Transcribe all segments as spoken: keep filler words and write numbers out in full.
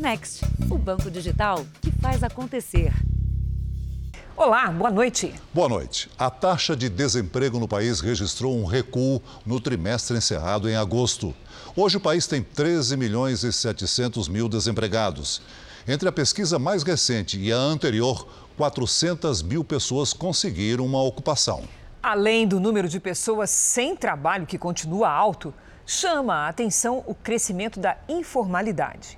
Next, o banco digital que faz acontecer. Olá, boa noite. Boa noite. A taxa de desemprego no país registrou um recuo no trimestre encerrado em agosto. Hoje o país tem treze milhões e setecentos mil desempregados. Entre a pesquisa mais recente e a anterior, quatrocentas mil pessoas conseguiram uma ocupação. Além do número de pessoas sem trabalho, que continua alto, chama a atenção o crescimento da informalidade.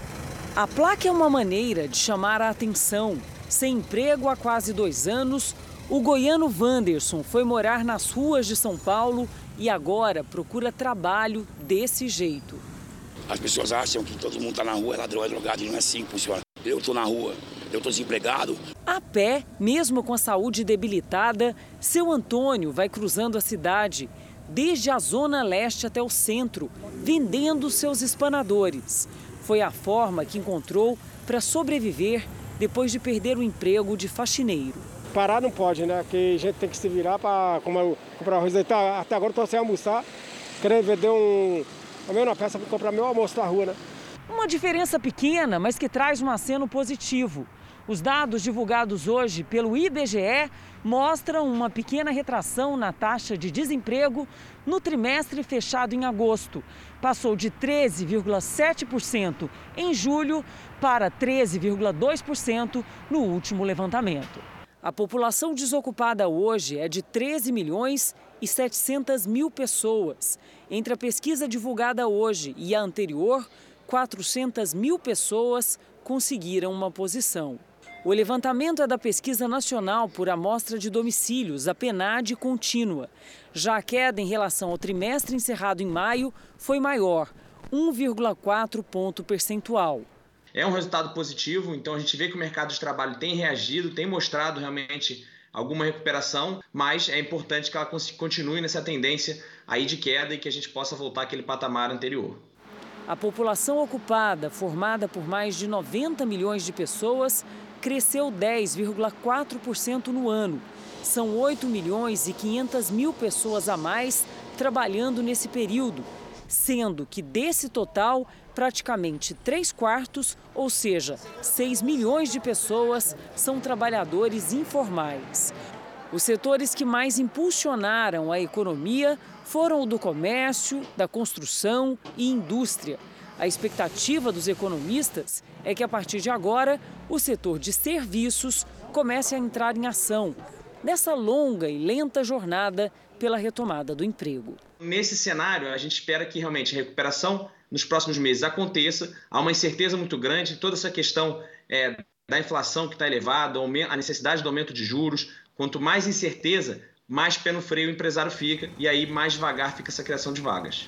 A placa é uma maneira de chamar a atenção. Sem emprego há quase dois anos, o goiano Wanderson foi morar nas ruas de São Paulo e agora procura trabalho desse jeito. As pessoas acham que todo mundo está na rua, é ladrão, é drogado, e não é assim que funciona. Eu estou na rua, eu estou desempregado. A pé, mesmo com a saúde debilitada, seu Antônio vai cruzando a cidade, desde a zona leste até o centro, vendendo seus espanadores. Foi a forma que encontrou para sobreviver depois de perder o emprego de faxineiro. Parar não pode, né? Porque a gente tem que se virar para comprar arroz. Até agora estou sem almoçar, querendo vender um, uma peça para comprar meu almoço na rua, né? Uma diferença pequena, mas que traz um aceno positivo. Os dados divulgados hoje pelo I B G E mostram uma pequena retração na taxa de desemprego no trimestre fechado em agosto. Passou de treze vírgula sete por cento em julho para treze vírgula dois por cento no último levantamento. A população desocupada hoje é de treze milhões e setecentas mil pessoas. Entre a pesquisa divulgada hoje e a anterior, quatrocentas mil pessoas conseguiram uma posição. O levantamento é da Pesquisa Nacional por Amostra de Domicílios, a PNAD contínua. Já a queda em relação ao trimestre encerrado em maio foi maior, um vírgula quatro ponto percentual. É um resultado positivo, então a gente vê que o mercado de trabalho tem reagido, tem mostrado realmente alguma recuperação, mas é importante que ela continue nessa tendência aí de queda e que a gente possa voltar àquele patamar anterior. A população ocupada, formada por mais de noventa milhões de pessoas, cresceu dez vírgula quatro por cento no ano. São oito milhões e quinhentas mil pessoas a mais trabalhando nesse período, sendo que desse total, praticamente três quartos, ou seja, seis milhões de pessoas, são trabalhadores informais. Os setores que mais impulsionaram a economia foram o do comércio, da construção e indústria. A expectativa dos economistas é que, a partir de agora, o setor de serviços comece a entrar em ação, nessa longa e lenta jornada pela retomada do emprego. Nesse cenário, a gente espera que realmente a recuperação nos próximos meses aconteça. Há uma incerteza muito grande, toda essa questão é, da inflação que está elevada, a necessidade do aumento de juros. Quanto mais incerteza, mais pé no freio o empresário fica e aí mais devagar fica essa criação de vagas.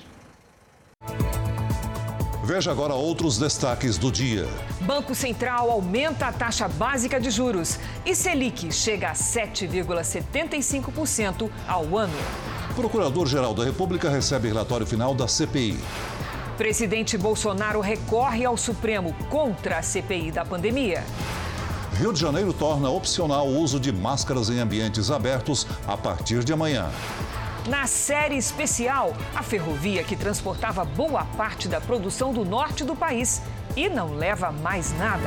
Veja agora outros destaques do dia. Banco Central aumenta a taxa básica de juros e Selic chega a sete vírgula setenta e cinco por cento ao ano. Procurador-Geral da República recebe relatório final da C P I. Presidente Bolsonaro recorre ao Supremo contra a C P I da pandemia. Rio de Janeiro torna opcional o uso de máscaras em ambientes abertos a partir de amanhã. Na série especial, a ferrovia que transportava boa parte da produção do norte do país e não leva mais nada.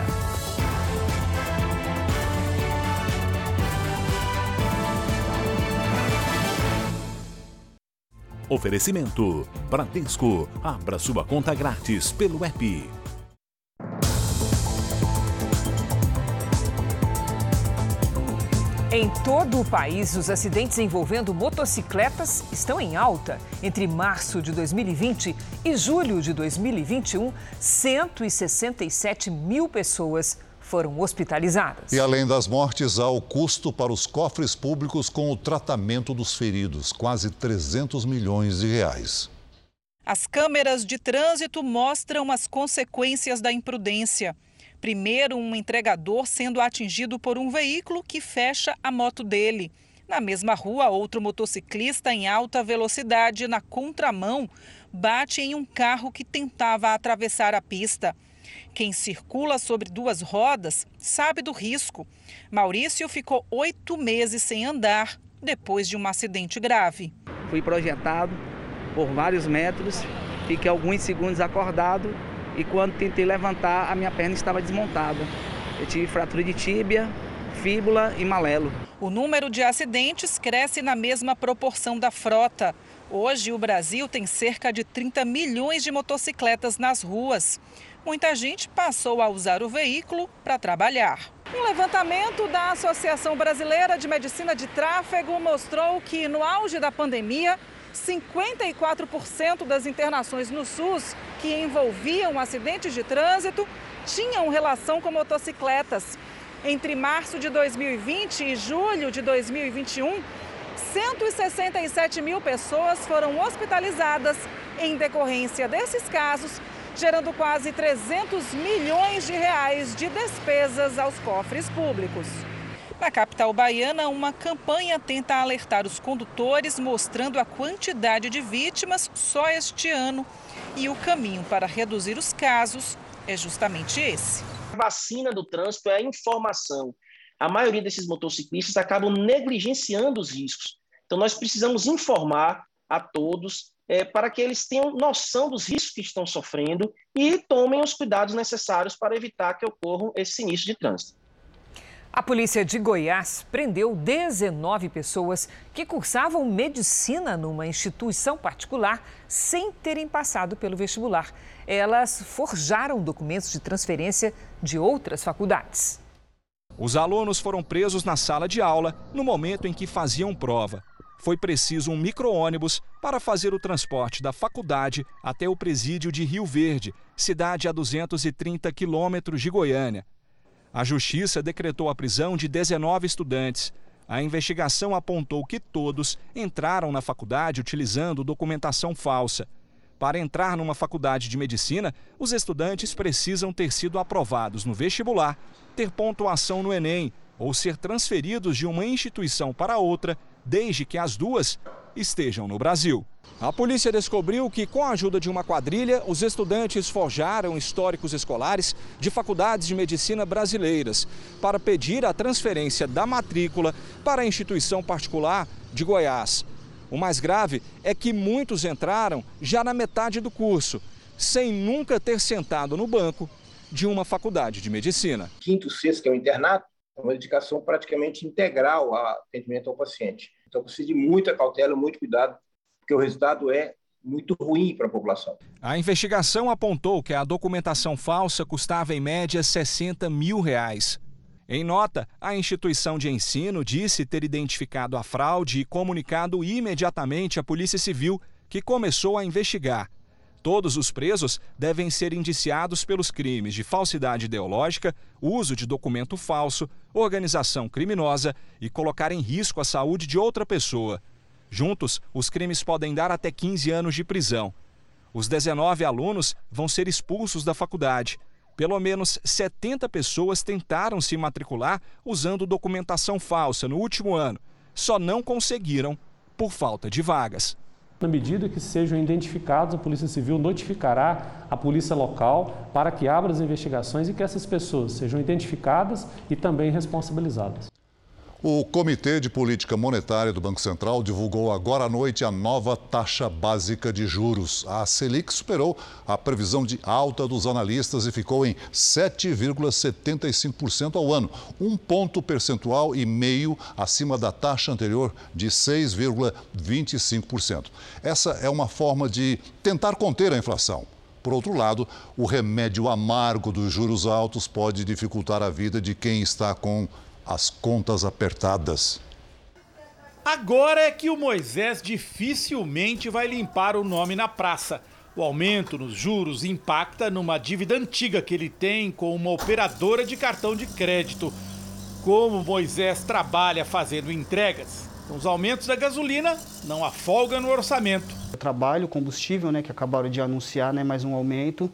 Oferecimento: Bradesco. Abra sua conta grátis pelo app. Em todo o país, os acidentes envolvendo motocicletas estão em alta. Entre março de dois mil e vinte e julho de dois mil e vinte e um, cento e sessenta e sete mil pessoas foram hospitalizadas. E além das mortes, há o custo para os cofres públicos com o tratamento dos feridos, quase trezentos milhões de reais. As câmeras de trânsito mostram as consequências da imprudência. Primeiro, um entregador sendo atingido por um veículo que fecha a moto dele. Na mesma rua, outro motociclista em alta velocidade na contramão bate em um carro que tentava atravessar a pista. Quem circula sobre duas rodas sabe do risco. Maurício ficou oito meses sem andar depois de um acidente grave. Fui projetado por vários metros, fiquei alguns segundos acordado e quando tentei levantar, a minha perna estava desmontada. Eu tive fratura de tíbia, fíbula e malelo. O número de acidentes cresce na mesma proporção da frota. Hoje, o Brasil tem cerca de trinta milhões de motocicletas nas ruas. Muita gente passou a usar o veículo para trabalhar. Um levantamento da Associação Brasileira de Medicina de Tráfego mostrou que, no auge da pandemia, cinquenta e quatro por cento das internações no SUS que envolviam acidentes de trânsito tinham relação com motocicletas. Entre março de dois mil e vinte e julho de dois mil e vinte e um, cento e sessenta e sete mil pessoas foram hospitalizadas em decorrência desses casos, gerando quase trezentos milhões de reais de despesas aos cofres públicos. Na capital baiana, uma campanha tenta alertar os condutores, mostrando a quantidade de vítimas só este ano. E o caminho para reduzir os casos é justamente esse. A vacina do trânsito é a informação. A maioria desses motociclistas acabam negligenciando os riscos. Então, nós precisamos informar a todos é, para que eles tenham noção dos riscos que estão sofrendo e tomem os cuidados necessários para evitar que ocorram esse sinistro de trânsito. A polícia de Goiás prendeu dezenove pessoas que cursavam medicina numa instituição particular sem terem passado pelo vestibular. Elas forjaram documentos de transferência de outras faculdades. Os alunos foram presos na sala de aula no momento em que faziam prova. Foi preciso um micro-ônibus para fazer o transporte da faculdade até o presídio de Rio Verde, cidade a duzentos e trinta quilômetros de Goiânia. A Justiça decretou a prisão de dezenove estudantes. A investigação apontou que todos entraram na faculdade utilizando documentação falsa. Para entrar numa faculdade de medicina, os estudantes precisam ter sido aprovados no vestibular, ter pontuação no Enem ou ser transferidos de uma instituição para outra, desde que as duas estejam no Brasil. A polícia descobriu que, com a ajuda de uma quadrilha, os estudantes forjaram históricos escolares de faculdades de medicina brasileiras para pedir a transferência da matrícula para a instituição particular de Goiás. O mais grave é que muitos entraram já na metade do curso, sem nunca ter sentado no banco de uma faculdade de medicina. Quinto, sexto, que é o internato, é uma dedicação praticamente integral ao atendimento ao paciente. Então precisa de muita cautela, muito cuidado, porque o resultado é muito ruim para a população. A investigação apontou que a documentação falsa custava em média sessenta mil reais. Em nota, a instituição de ensino disse ter identificado a fraude e comunicado imediatamente à Polícia Civil, que começou a investigar. Todos os presos devem ser indiciados pelos crimes de falsidade ideológica, uso de documento falso, organização criminosa e colocar em risco a saúde de outra pessoa. Juntos, os crimes podem dar até quinze anos de prisão. Os dezenove alunos vão ser expulsos da faculdade. Pelo menos setenta pessoas tentaram se matricular usando documentação falsa no último ano. Só não conseguiram por falta de vagas. Na medida que sejam identificados, a Polícia Civil notificará a polícia local para que abra as investigações e que essas pessoas sejam identificadas e também responsabilizadas. O Comitê de Política Monetária do Banco Central divulgou agora à noite a nova taxa básica de juros. A Selic superou a previsão de alta dos analistas e ficou em sete vírgula setenta e cinco por cento ao ano, um ponto percentual e meio acima da taxa anterior de seis vírgula vinte e cinco por cento. Essa é uma forma de tentar conter a inflação. Por outro lado, o remédio amargo dos juros altos pode dificultar a vida de quem está com as contas apertadas. Agora é que o Moisés dificilmente vai limpar o nome na praça. O aumento nos juros impacta numa dívida antiga que ele tem com uma operadora de cartão de crédito. Como Moisés trabalha fazendo entregas, com os aumentos da gasolina, não há folga no orçamento. Eu trabalho, combustível, né, que acabaram de anunciar, né, mais um aumento.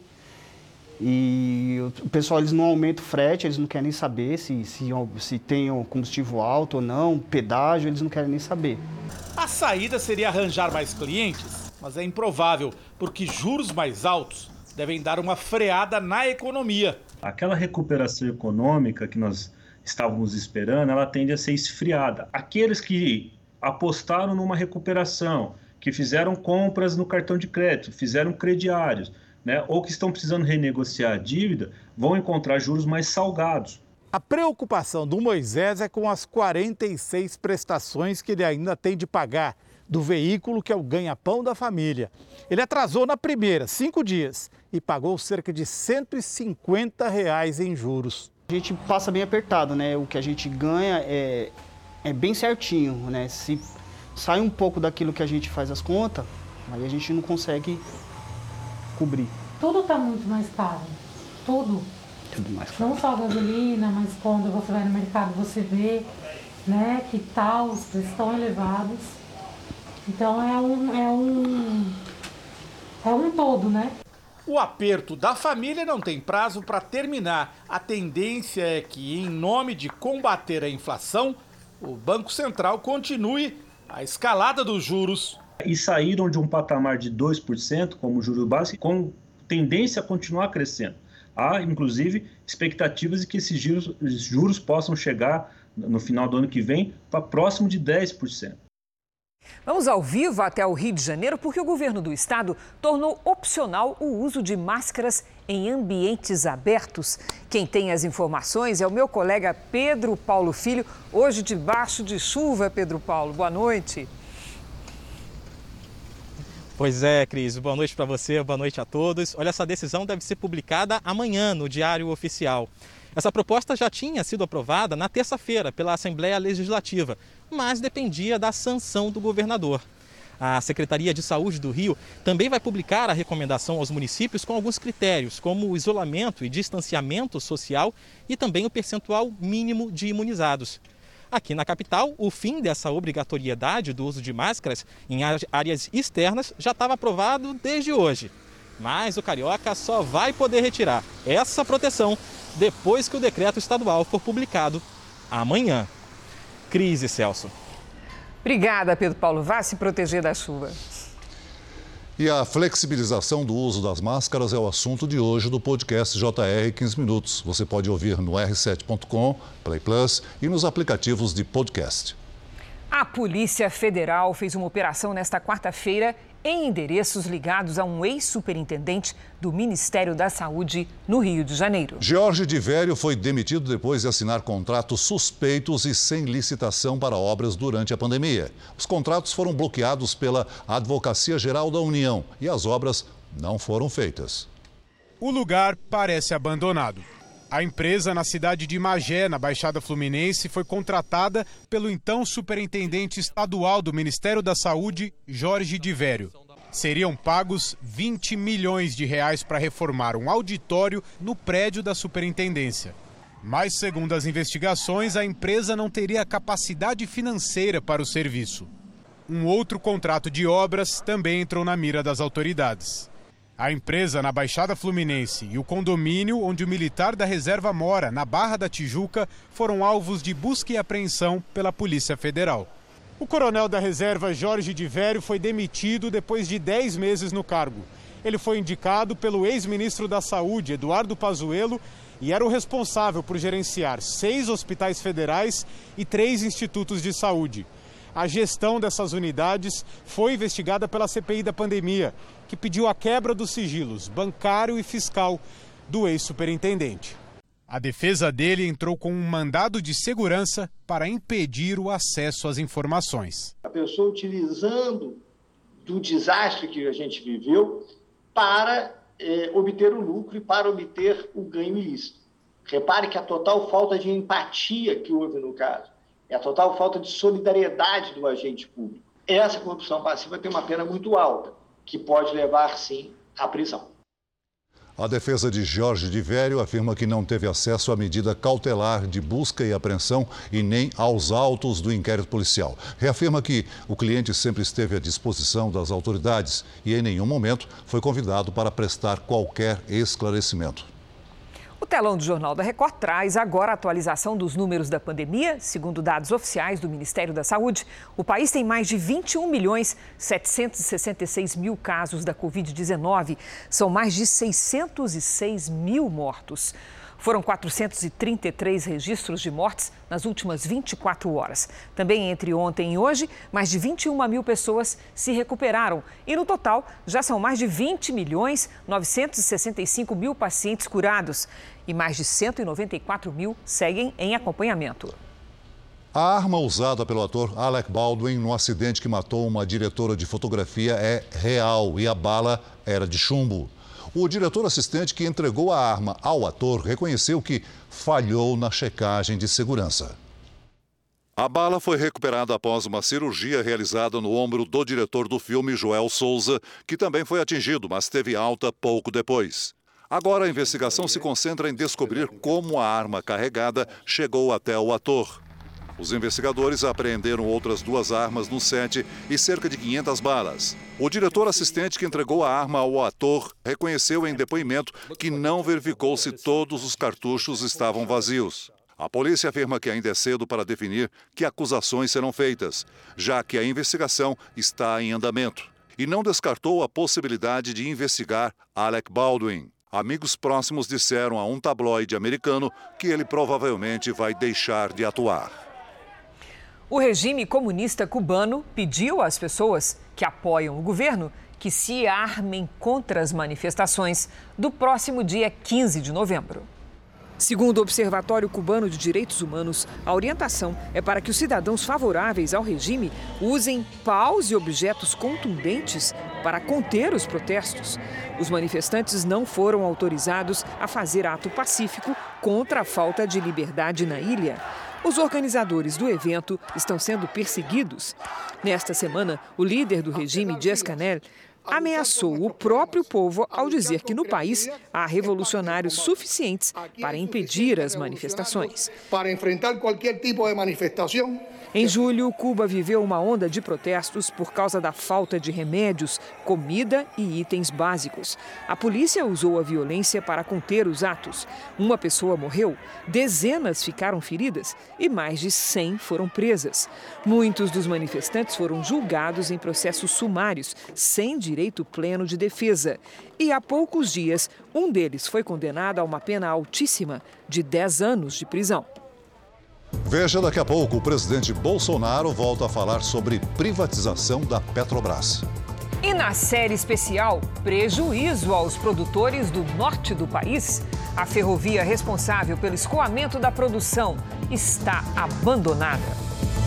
E o pessoal, eles não aumentam o frete, eles não querem nem saber se, se, se tem o combustível alto ou não, pedágio, eles não querem nem saber. A saída seria arranjar mais clientes, mas é improvável, porque juros mais altos devem dar uma freada na economia. Aquela recuperação econômica que nós estávamos esperando, ela tende a ser esfriada. Aqueles que apostaram numa recuperação, que fizeram compras no cartão de crédito, fizeram crediários, né, ou que estão precisando renegociar a dívida, vão encontrar juros mais salgados. A preocupação do Moisés é com as quarenta e seis prestações que ele ainda tem de pagar do veículo que é o ganha-pão da família. Ele atrasou na primeira, cinco dias, e pagou cerca de cento e cinquenta reais em juros. A gente passa bem apertado, né? O que a gente ganha é, é bem certinho, né? Se sai um pouco daquilo que a gente faz as contas, aí a gente não consegue cobrir. Tudo está muito mais caro, tudo. Tudo mais caro. Não só a gasolina, mas quando você vai no mercado você vê, né, que tal, os preços estão elevados. Então é um, é um, é um todo, né? O aperto da família não tem prazo para terminar. A tendência é que, em nome de combater a inflação, o Banco Central continue a escalada dos juros. E saíram de um patamar de dois por cento como juros básicos, com tendência a continuar crescendo. Há, inclusive, expectativas de que esses juros, juros possam chegar, no final do ano que vem, para próximo de dez por cento. Vamos ao vivo até o Rio de Janeiro, porque o governo do estado tornou opcional o uso de máscaras em ambientes abertos. Quem tem as informações é o meu colega Pedro Paulo Filho, hoje debaixo de chuva. Pedro Paulo, boa noite. Pois é, Cris, boa noite para você, boa noite a todos. Olha, essa decisão deve ser publicada amanhã no Diário Oficial. Essa proposta já tinha sido aprovada na terça-feira pela Assembleia Legislativa, mas dependia da sanção do governador. A Secretaria de Saúde do Rio também vai publicar a recomendação aos municípios com alguns critérios, como o isolamento e distanciamento social e também o percentual mínimo de imunizados. Aqui na capital, o fim dessa obrigatoriedade do uso de máscaras em áreas externas já estava aprovado desde hoje. Mas o carioca só vai poder retirar essa proteção depois que o decreto estadual for publicado amanhã. Cris e Celso. Obrigada, Pedro Paulo. Vá se proteger da chuva. E a flexibilização do uso das máscaras é o assunto de hoje do podcast J R quinze Minutos. Você pode ouvir no R sete ponto com, Play Plus e nos aplicativos de podcast. A Polícia Federal fez uma operação nesta quarta-feira em endereços ligados a um ex-superintendente do Ministério da Saúde no Rio de Janeiro. Jorge de Vério foi demitido depois de assinar contratos suspeitos e sem licitação para obras durante a pandemia. Os contratos foram bloqueados pela Advocacia Geral da União e as obras não foram feitas. O lugar parece abandonado. A empresa, na cidade de Magé, na Baixada Fluminense, foi contratada pelo então superintendente estadual do Ministério da Saúde, Jorge de Vério. Seriam pagos vinte milhões de reais para reformar um auditório no prédio da superintendência. Mas, segundo as investigações, a empresa não teria capacidade financeira para o serviço. Um outro contrato de obras também entrou na mira das autoridades. A empresa na Baixada Fluminense e o condomínio onde o militar da reserva mora, na Barra da Tijuca, foram alvos de busca e apreensão pela Polícia Federal. O coronel da reserva, Jorge de Vério, foi demitido depois de dez meses no cargo. Ele foi indicado pelo ex-ministro da Saúde, Eduardo Pazuello, e era o responsável por gerenciar seis hospitais federais e três institutos de saúde. A gestão dessas unidades foi investigada pela C P I da pandemia, que pediu a quebra dos sigilos bancário e fiscal do ex-superintendente. A defesa dele entrou com um mandado de segurança para impedir o acesso às informações. A pessoa utilizando do desastre que a gente viveu para eh, obter o lucro e para obter o ganho ilícito. Repare que a total falta de empatia que houve no caso, é a total falta de solidariedade do agente público. Essa corrupção passiva tem uma pena muito alta, que pode levar, sim, à prisão. A defesa de Jorge de Vério afirma que não teve acesso à medida cautelar de busca e apreensão e nem aos autos do inquérito policial. Reafirma que o cliente sempre esteve à disposição das autoridades e em nenhum momento foi convidado para prestar qualquer esclarecimento. O telão do Jornal da Record traz agora a atualização dos números da pandemia. Segundo dados oficiais do Ministério da Saúde, o país tem mais de vinte e um milhões setecentos e sessenta e seis mil casos da covid dezenove. São mais de seiscentos e seis mil mortos. Foram quatrocentos e trinta e três registros de mortes nas últimas vinte e quatro horas. Também entre ontem e hoje, mais de vinte e uma mil pessoas se recuperaram. E no total, já são mais de vinte milhões novecentos e sessenta e cinco mil pacientes curados. E mais de cento e noventa e quatro mil seguem em acompanhamento. A arma usada pelo ator Alec Baldwin no acidente que matou uma diretora de fotografia é real e a bala era de chumbo. O diretor assistente que entregou a arma ao ator reconheceu que falhou na checagem de segurança. A bala foi recuperada após uma cirurgia realizada no ombro do diretor do filme, Joel Souza, que também foi atingido, mas teve alta pouco depois. Agora a investigação se concentra em descobrir como a arma carregada chegou até o ator. Os investigadores apreenderam outras duas armas no set e cerca de quinhentas balas. O diretor assistente que entregou a arma ao ator reconheceu em depoimento que não verificou se todos os cartuchos estavam vazios. A polícia afirma que ainda é cedo para definir que acusações serão feitas, já que a investigação está em andamento. E não descartou a possibilidade de investigar Alec Baldwin. Amigos próximos disseram a um tabloide americano que ele provavelmente vai deixar de atuar. O regime comunista cubano pediu às pessoas que apoiam o governo que se armem contra as manifestações do próximo dia quinze de novembro. Segundo o Observatório Cubano de Direitos Humanos, a orientação é para que os cidadãos favoráveis ao regime usem paus e objetos contundentes para conter os protestos. Os manifestantes não foram autorizados a fazer ato pacífico contra a falta de liberdade na ilha. Os organizadores do evento estão sendo perseguidos. Nesta semana, o líder do regime, Díaz-Canel, ameaçou o próprio povo ao dizer que no país há revolucionários suficientes para impedir as manifestações. Para enfrentar qualquer tipo de manifestação. Em julho, Cuba viveu uma onda de protestos por causa da falta de remédios, comida e itens básicos. A polícia usou a violência para conter os atos. Uma pessoa morreu, dezenas ficaram feridas e mais de cem foram presas. Muitos dos manifestantes foram julgados em processos sumários, sem direito pleno de defesa. E há poucos dias, um deles foi condenado a uma pena altíssima de dez anos de prisão. Veja daqui a pouco, o presidente Bolsonaro volta a falar sobre privatização da Petrobras. E na série especial, prejuízo aos produtores do norte do país. A ferrovia responsável pelo escoamento da produção está abandonada.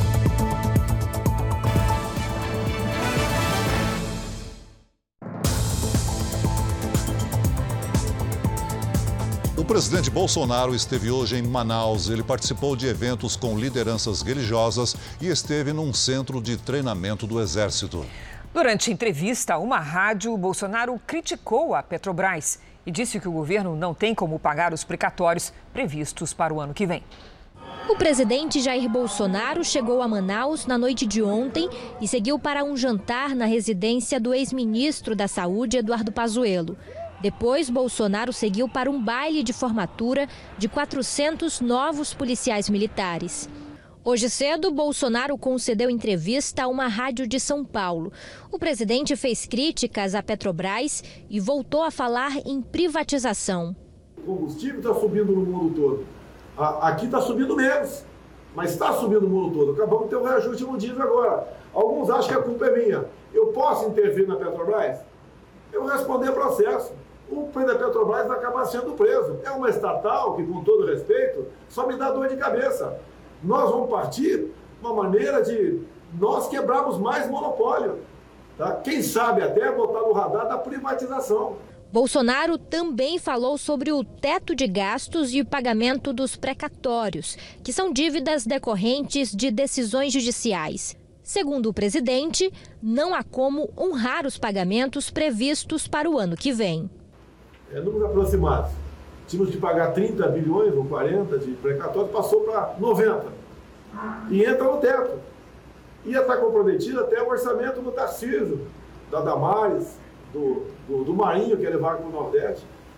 O presidente Bolsonaro esteve hoje em Manaus. Ele participou de eventos com lideranças religiosas e esteve num centro de treinamento do Exército. Durante entrevista a uma rádio, Bolsonaro criticou a Petrobras e disse que o governo não tem como pagar os precatórios previstos para o ano que vem. O presidente Jair Bolsonaro chegou a Manaus na noite de ontem e seguiu para um jantar na residência do ex-ministro da Saúde, Eduardo Pazuello. Depois, Bolsonaro seguiu para um baile de formatura de quatrocentos novos policiais militares. Hoje cedo, Bolsonaro concedeu entrevista a uma rádio de São Paulo. O presidente fez críticas à Petrobras e voltou a falar em privatização. O combustível está subindo no mundo todo. Aqui está subindo menos, mas está subindo no mundo todo. Acabamos de ter um reajuste no diesel agora. Alguns acham que a culpa é minha. Eu posso intervir na Petrobras? Eu vou responder processo. O presidente da Petrobras vai acabar sendo preso. É uma estatal que, com todo respeito, só me dá dor de cabeça. Nós vamos partir uma maneira de nós quebrarmos mais monopólio. Tá? Quem sabe até botar no radar da privatização. Bolsonaro também falou sobre o teto de gastos e o pagamento dos precatórios, que são dívidas decorrentes de decisões judiciais. Segundo o presidente, não há como honrar os pagamentos previstos para o ano que vem. É números aproximados. Tínhamos de pagar trinta bilhões ou quarenta de precatórios, passou para noventa. E entra no teto. Ia estar comprometido até o orçamento do Tarcísio, da Damares, do, do, do Marinho, que é levar para o Nordeste.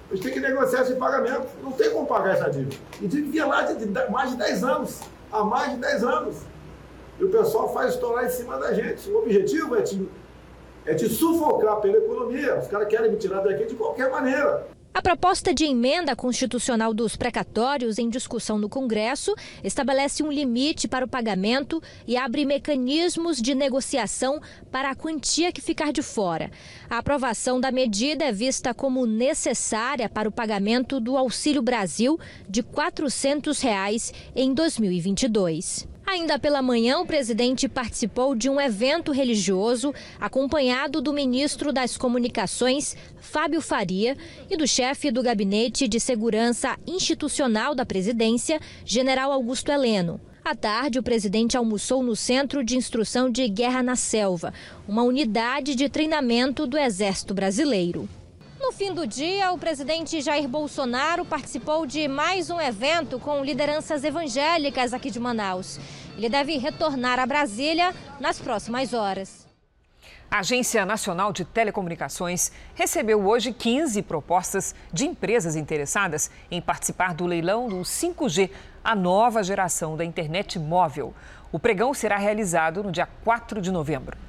A gente tem que negociar esse pagamento. Não tem como pagar essa dívida. E dívida vinha lá de, de mais de dez anos. Há mais de dez anos. E o pessoal faz estourar em cima da gente. O objetivo é te, é te sufocar pela economia. Os caras querem me tirar daqui de qualquer maneira. A proposta de emenda constitucional dos precatórios em discussão no Congresso estabelece um limite para o pagamento e abre mecanismos de negociação para a quantia que ficar de fora. A aprovação da medida é vista como necessária para o pagamento do Auxílio Brasil de quatrocentos reais em dois mil e vinte e dois. Ainda pela manhã, o presidente participou de um evento religioso acompanhado do ministro das Comunicações, Fábio Faria, e do chefe do Gabinete de Segurança Institucional da Presidência, General Augusto Heleno. À tarde, o presidente almoçou no Centro de Instrução de Guerra na Selva, uma unidade de treinamento do Exército Brasileiro. No fim do dia, o presidente Jair Bolsonaro participou de mais um evento com lideranças evangélicas aqui de Manaus. Ele deve retornar a Brasília nas próximas horas. A Agência Nacional de Telecomunicações recebeu hoje quinze propostas de empresas interessadas em participar do leilão do cinco G, a nova geração da internet móvel. O pregão será realizado no dia quatro de novembro.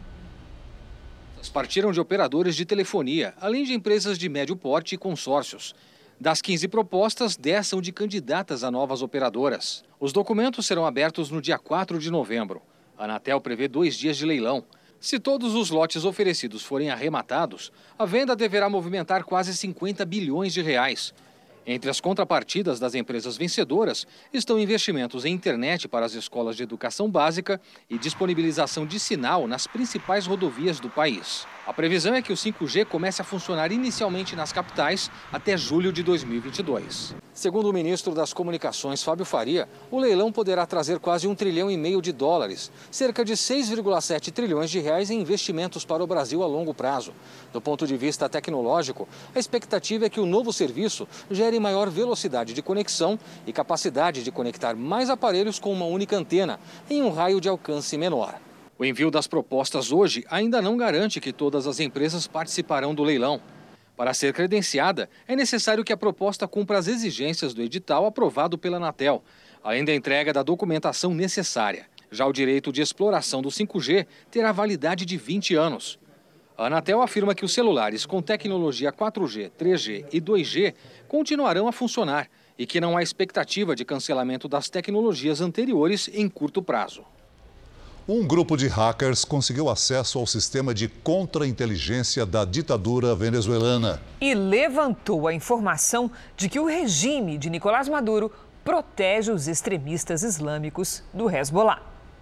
Partiram de operadores de telefonia, além de empresas de médio porte e consórcios. Das quinze propostas, dez são de candidatas a novas operadoras. Os documentos serão abertos no dia quatro de novembro. A Anatel prevê dois dias de leilão. Se todos os lotes oferecidos forem arrematados, a venda deverá movimentar quase cinquenta bilhões de reais. Entre as contrapartidas das empresas vencedoras estão investimentos em internet para as escolas de educação básica e disponibilização de sinal nas principais rodovias do país. A previsão é que o cinco G comece a funcionar inicialmente nas capitais até julho de dois mil e vinte e dois. Segundo o ministro das Comunicações, Fábio Faria, o leilão poderá trazer quase um trilhão e meio de dólares, cerca de seis vírgula sete trilhões de reais em investimentos para o Brasil a longo prazo. Do ponto de vista tecnológico, a expectativa é que o novo serviço gere maior velocidade de conexão e capacidade de conectar mais aparelhos com uma única antena, em um raio de alcance menor. O envio das propostas hoje ainda não garante que todas as empresas participarão do leilão. Para ser credenciada, é necessário que a proposta cumpra as exigências do edital aprovado pela Anatel, além da entrega da documentação necessária. Já o direito de exploração do cinco G terá validade de vinte anos. A Anatel afirma que os celulares com tecnologia quatro G, três G e dois G continuarão a funcionar e que não há expectativa de cancelamento das tecnologias anteriores em curto prazo. Um grupo de hackers conseguiu acesso ao sistema de contra-inteligência da ditadura venezuelana. E levantou a informação de que o regime de Nicolás Maduro protege os extremistas islâmicos do Hezbollah.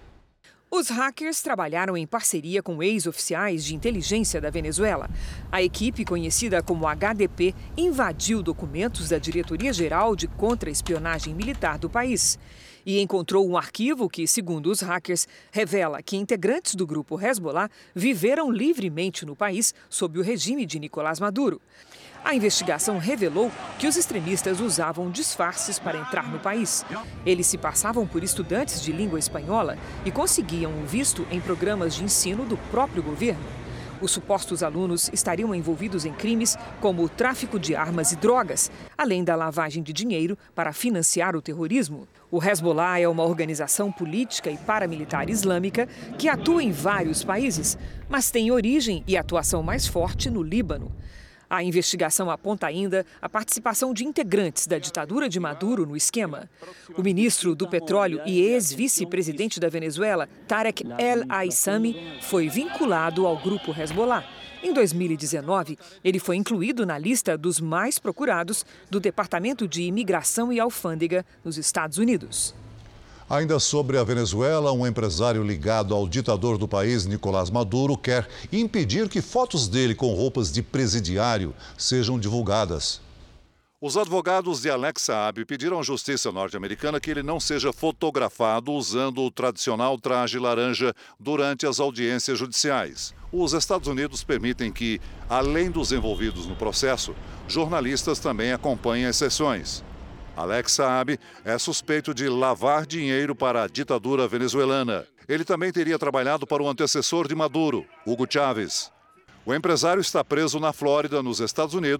Os hackers trabalharam em parceria com ex-oficiais de inteligência da Venezuela. A equipe, conhecida como H D P, invadiu documentos da Diretoria-Geral de Contra-Espionagem Militar do país e encontrou um arquivo que, segundo os hackers, revela que integrantes do grupo Hezbollah viveram livremente no país sob o regime de Nicolás Maduro. A investigação revelou que os extremistas usavam disfarces para entrar no país. Eles se passavam por estudantes de língua espanhola e conseguiam um visto em programas de ensino do próprio governo. Os supostos alunos estariam envolvidos em crimes como o tráfico de armas e drogas, além da lavagem de dinheiro para financiar o terrorismo. O Hezbollah é uma organização política e paramilitar islâmica que atua em vários países, mas tem origem e atuação mais forte no Líbano. A investigação aponta ainda a participação de integrantes da ditadura de Maduro no esquema. O ministro do Petróleo e ex-vice-presidente da Venezuela, Tarek El Aissami, foi vinculado ao grupo Hezbollah. Em dois mil e dezenove, ele foi incluído na lista dos mais procurados do Departamento de Imigração e Alfândega nos Estados Unidos. Ainda sobre a Venezuela, um empresário ligado ao ditador do país, Nicolás Maduro, quer impedir que fotos dele com roupas de presidiário sejam divulgadas. Os advogados de Alex Saab pediram à justiça norte-americana que ele não seja fotografado usando o tradicional traje laranja durante as audiências judiciais. Os Estados Unidos permitem que, além dos envolvidos no processo, jornalistas também acompanhem as sessões. Alex Saab é suspeito de lavar dinheiro para a ditadura venezuelana. Ele também teria trabalhado para o antecessor de Maduro, Hugo Chávez. O empresário está preso na Flórida, nos Estados Unidos,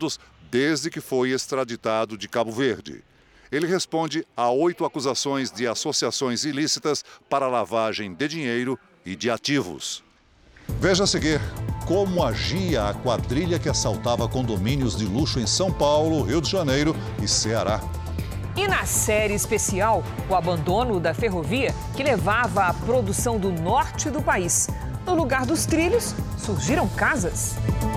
desde que foi extraditado de Cabo Verde. Ele responde a oito acusações de associações ilícitas para lavagem de dinheiro e de ativos. Veja a seguir como agia a quadrilha que assaltava condomínios de luxo em São Paulo, Rio de Janeiro e Ceará. E na série especial, o abandono da ferrovia que levava à produção do norte do país. No lugar dos trilhos, surgiram casas.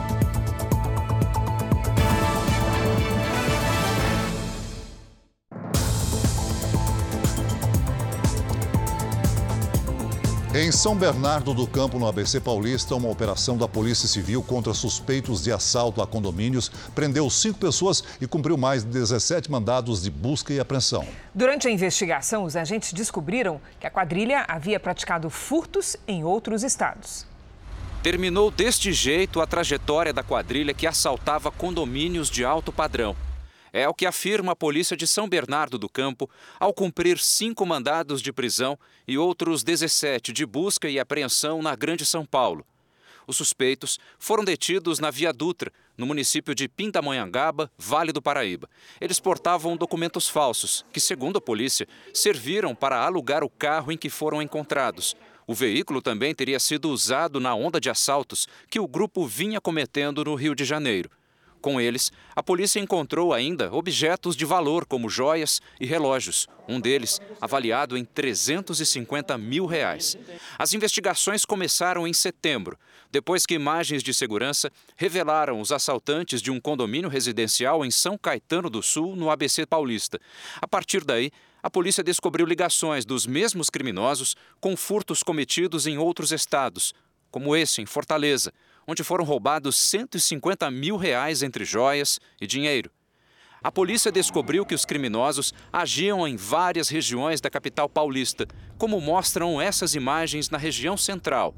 Em São Bernardo do Campo, no A B C Paulista, uma operação da Polícia Civil contra suspeitos de assalto a condomínios prendeu cinco pessoas e cumpriu mais de dezessete mandados de busca e apreensão. Durante a investigação, os agentes descobriram que a quadrilha havia praticado furtos em outros estados. Terminou deste jeito a trajetória da quadrilha que assaltava condomínios de alto padrão. É o que afirma a polícia de São Bernardo do Campo ao cumprir cinco mandados de prisão e outros dezessete de busca e apreensão na Grande São Paulo. Os suspeitos foram detidos na Via Dutra, no município de Pindamonhangaba, Vale do Paraíba. Eles portavam documentos falsos, que, segundo a polícia, serviram para alugar o carro em que foram encontrados. O veículo também teria sido usado na onda de assaltos que o grupo vinha cometendo no Rio de Janeiro. Com eles, a polícia encontrou ainda objetos de valor, como joias e relógios, um deles avaliado em trezentos e cinquenta mil reais. As investigações começaram em setembro, depois que imagens de segurança revelaram os assaltantes de um condomínio residencial em São Caetano do Sul, no A B C Paulista. A partir daí, a polícia descobriu ligações dos mesmos criminosos com furtos cometidos em outros estados, como esse em Fortaleza, onde foram roubados cento e cinquenta mil reais entre joias e dinheiro. A polícia descobriu que os criminosos agiam em várias regiões da capital paulista, como mostram essas imagens na região central.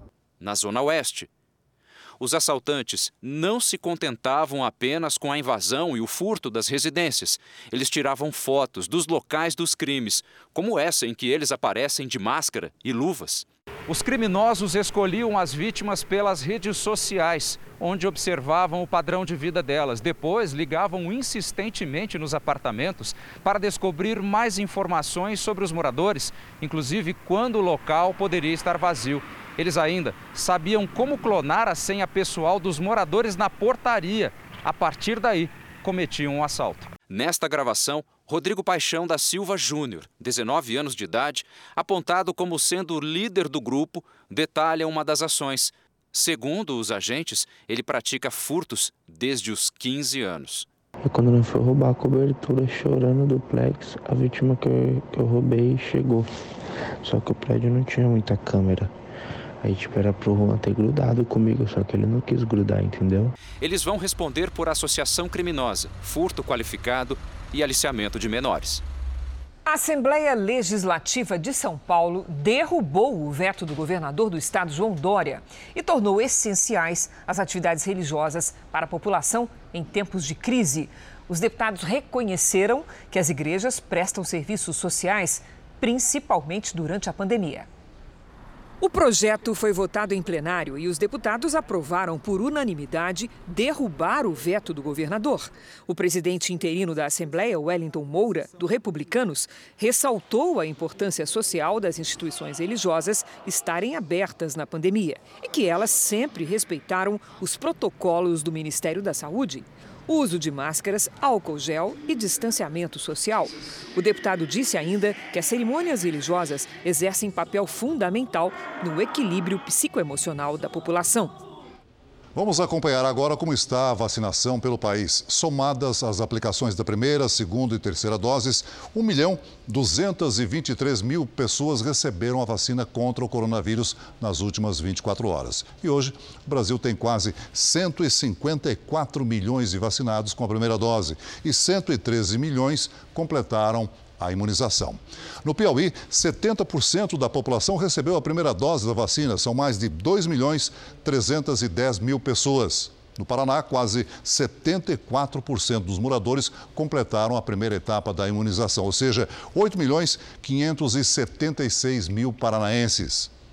Na Zona Oeste, os assaltantes não se contentavam apenas com a invasão e o furto das residências. Eles tiravam fotos dos locais dos crimes, como essa em que eles aparecem de máscara e luvas. Os criminosos escolhiam as vítimas pelas redes sociais, onde observavam o padrão de vida delas. Depois, ligavam insistentemente nos apartamentos para descobrir mais informações sobre os moradores, inclusive quando o local poderia estar vazio. Eles ainda sabiam como clonar a senha pessoal dos moradores na portaria. A partir daí, cometiam um assalto. Nesta gravação, Rodrigo Paixão da Silva Júnior, dezenove anos de idade, apontado como sendo o líder do grupo, detalha uma das ações. Segundo os agentes, ele pratica furtos desde os quinze anos. E quando não foi roubar a cobertura, chorando do duplex, a vítima que eu, que eu roubei chegou. Só que o prédio não tinha muita câmera. Aí, tipo, era pro Juan ter grudado comigo, só que ele não quis grudar, entendeu? Eles vão responder por associação criminosa, furto qualificado e aliciamento de menores. A Assembleia Legislativa de São Paulo derrubou o veto do governador do estado, João Dória, e tornou essenciais as atividades religiosas para a população em tempos de crise. Os deputados reconheceram que as igrejas prestam serviços sociais, principalmente durante a pandemia. O projeto foi votado em plenário e os deputados aprovaram por unanimidade derrubar o veto do governador. O presidente interino da Assembleia, Wellington Moura, do Republicanos, ressaltou a importância social das instituições religiosas estarem abertas na pandemia e que elas sempre respeitaram os protocolos do Ministério da Saúde. Uso de máscaras, álcool gel e distanciamento social. O deputado disse ainda que as cerimônias religiosas exercem papel fundamental no equilíbrio psicoemocional da população. Vamos acompanhar agora como está a vacinação pelo país. Somadas as aplicações da primeira, segunda e terceira doses, um milhão duzentos e vinte e três mil pessoas receberam a vacina contra o coronavírus nas últimas vinte e quatro horas. E hoje, o Brasil tem quase cento e cinquenta e quatro milhões de vacinados com a primeira dose e cento e treze milhões completaram a imunização. No Piauí, setenta por cento da população recebeu a primeira dose da vacina, são mais de dois milhões trezentos e dez mil pessoas. No Paraná, quase setenta e quatro por cento dos moradores completaram a primeira etapa da imunização, ou seja, oito milhões quinhentos e setenta e seis mil paranaenses.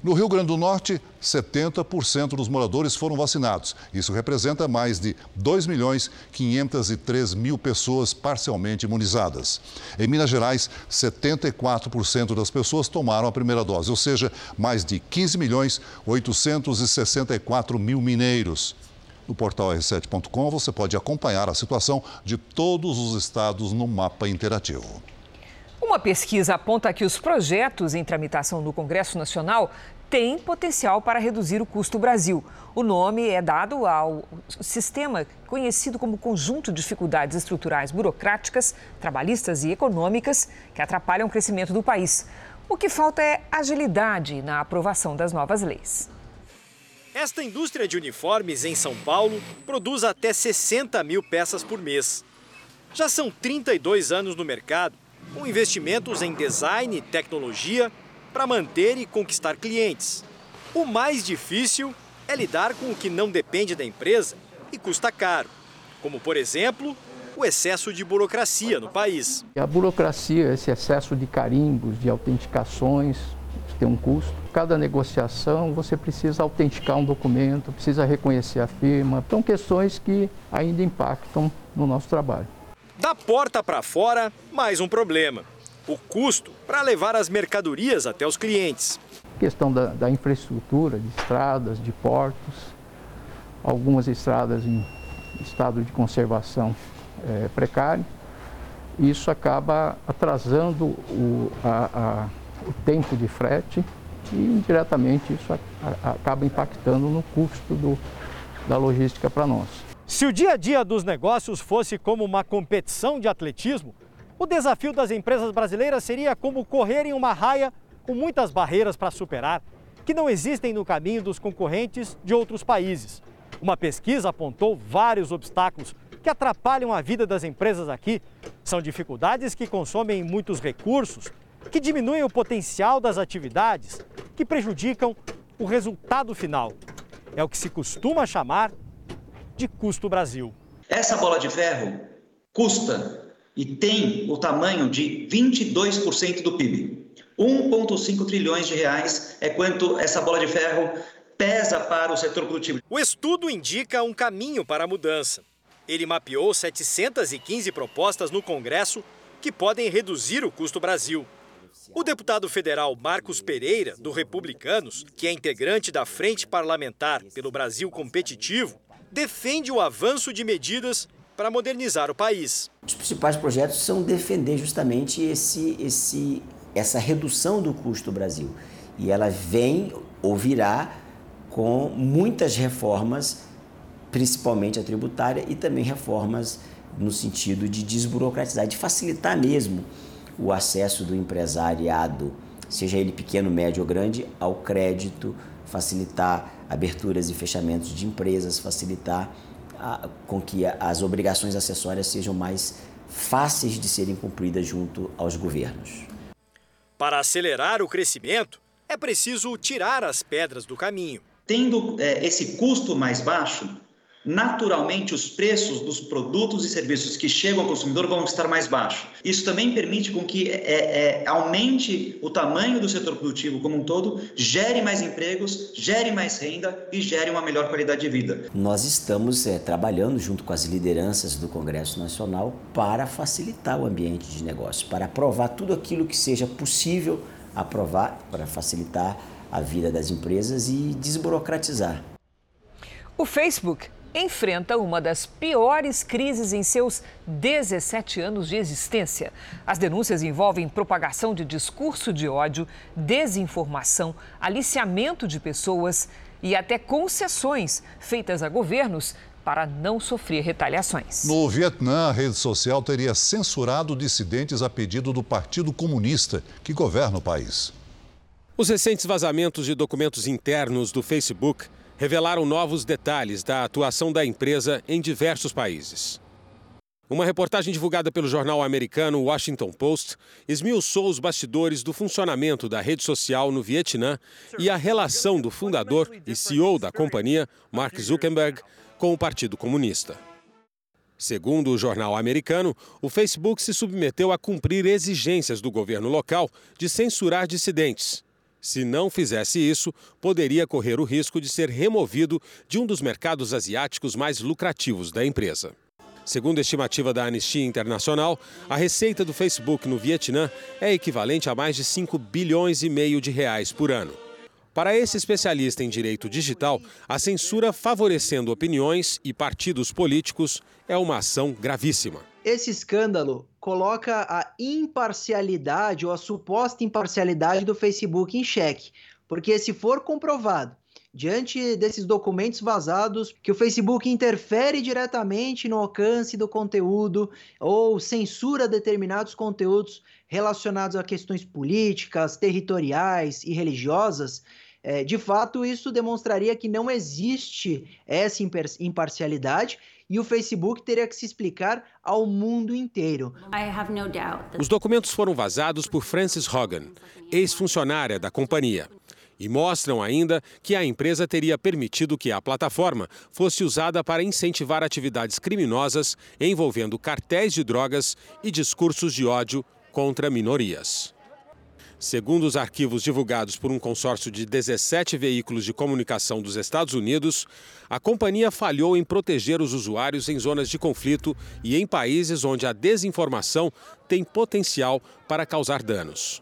No Rio Grande do Norte, setenta por cento dos moradores foram vacinados. Isso representa mais de dois milhões quinhentos e três mil pessoas parcialmente imunizadas. Em Minas Gerais, setenta e quatro por cento das pessoas tomaram a primeira dose, ou seja, mais de quinze milhões oitocentos e sessenta e quatro mil mineiros. No portal R sete ponto com você pode acompanhar a situação de todos os estados no mapa interativo. Uma pesquisa aponta que os projetos em tramitação no Congresso Nacional têm potencial para reduzir o custo Brasil. O nome é dado ao sistema conhecido como conjunto de dificuldades estruturais burocráticas, trabalhistas e econômicas que atrapalham o crescimento do país. O que falta é agilidade na aprovação das novas leis. Esta indústria de uniformes em São Paulo produz até sessenta mil peças por mês. Já são trinta e dois anos no mercado, com investimentos em design e tecnologia para manter e conquistar clientes. O mais difícil é lidar com o que não depende da empresa e custa caro, como, por exemplo, o excesso de burocracia no país. A burocracia, esse excesso de carimbos, de autenticações, tem um custo. Cada negociação você precisa autenticar um documento, precisa reconhecer a firma. São questões que ainda impactam no nosso trabalho. Da porta para fora, mais um problema: o custo para levar as mercadorias até os clientes. Questão da, da infraestrutura, de estradas, de portos, algumas estradas em estado de conservação é, precário. Isso acaba atrasando o, a, a, o tempo de frete e, indiretamente, isso a, a, acaba impactando no custo do, da logística para nós. Se o dia a dia dos negócios fosse como uma competição de atletismo, o desafio das empresas brasileiras seria como correr em uma raia com muitas barreiras para superar, que não existem no caminho dos concorrentes de outros países. Uma pesquisa apontou vários obstáculos que atrapalham a vida das empresas aqui. São dificuldades que consomem muitos recursos, que diminuem o potencial das atividades, que prejudicam o resultado final. É o que se costuma chamar de custo Brasil. Essa bola de ferro custa e tem o tamanho de vinte e dois por cento do P I B. um vírgula cinco trilhões de reais é quanto essa bola de ferro pesa para o setor produtivo. O estudo indica um caminho para a mudança. Ele mapeou setecentas e quinze propostas no Congresso que podem reduzir o custo Brasil. O deputado federal Marcos Pereira, do Republicanos, que é integrante da Frente Parlamentar pelo Brasil Competitivo, defende o avanço de medidas para modernizar o país. Os principais projetos são defender justamente esse, esse, essa redução do custo Brasil. E ela vem ou virá com muitas reformas, principalmente a tributária, e também reformas no sentido de desburocratizar, de facilitar mesmo o acesso do empresariado, seja ele pequeno, médio ou grande, ao crédito, facilitar aberturas e fechamentos de empresas, facilitar a, com que a, as obrigações acessórias sejam mais fáceis de serem cumpridas junto aos governos. Para acelerar o crescimento, é preciso tirar as pedras do caminho. Tendo é, esse custo mais baixo, naturalmente os preços dos produtos e serviços que chegam ao consumidor vão estar mais baixos. Isso também permite com que é, é, aumente o tamanho do setor produtivo como um todo, gere mais empregos, gere mais renda e gere uma melhor qualidade de vida. Nós estamos é, trabalhando junto com as lideranças do Congresso Nacional para facilitar o ambiente de negócio, para aprovar tudo aquilo que seja possível aprovar, para facilitar a vida das empresas e desburocratizar. O Facebook enfrenta uma das piores crises em seus dezessete anos de existência. As denúncias envolvem propagação de discurso de ódio, desinformação, aliciamento de pessoas e até concessões feitas a governos para não sofrer retaliações. No Vietnã, a rede social teria censurado dissidentes a pedido do Partido Comunista, que governa o país. Os recentes vazamentos de documentos internos do Facebook revelaram novos detalhes da atuação da empresa em diversos países. Uma reportagem divulgada pelo jornal americano Washington Post esmiuçou os bastidores do funcionamento da rede social no Vietnã e a relação do fundador e C E O da companhia, Mark Zuckerberg, com o Partido Comunista. Segundo o jornal americano, o Facebook se submeteu a cumprir exigências do governo local de censurar dissidentes. Se não fizesse isso, poderia correr o risco de ser removido de um dos mercados asiáticos mais lucrativos da empresa. Segundo a estimativa da Anistia Internacional, a receita do Facebook no Vietnã é equivalente a mais de cinco bilhões e meio de reais por ano. Para esse especialista em direito digital, a censura favorecendo opiniões e partidos políticos é uma ação gravíssima. Esse escândalo coloca a imparcialidade ou a suposta imparcialidade do Facebook em xeque, porque se for comprovado, diante desses documentos vazados, que o Facebook interfere diretamente no alcance do conteúdo ou censura determinados conteúdos relacionados a questões políticas, territoriais e religiosas, é, de fato isso demonstraria que não existe essa imparcialidade e o Facebook teria que se explicar ao mundo inteiro. Os documentos foram vazados por Frances Hogan, ex-funcionária da companhia, e mostram ainda que a empresa teria permitido que a plataforma fosse usada para incentivar atividades criminosas envolvendo cartéis de drogas e discursos de ódio contra minorias. Segundo os arquivos divulgados por um consórcio de dezessete veículos de comunicação dos Estados Unidos, a companhia falhou em proteger os usuários em zonas de conflito e em países onde a desinformação tem potencial para causar danos.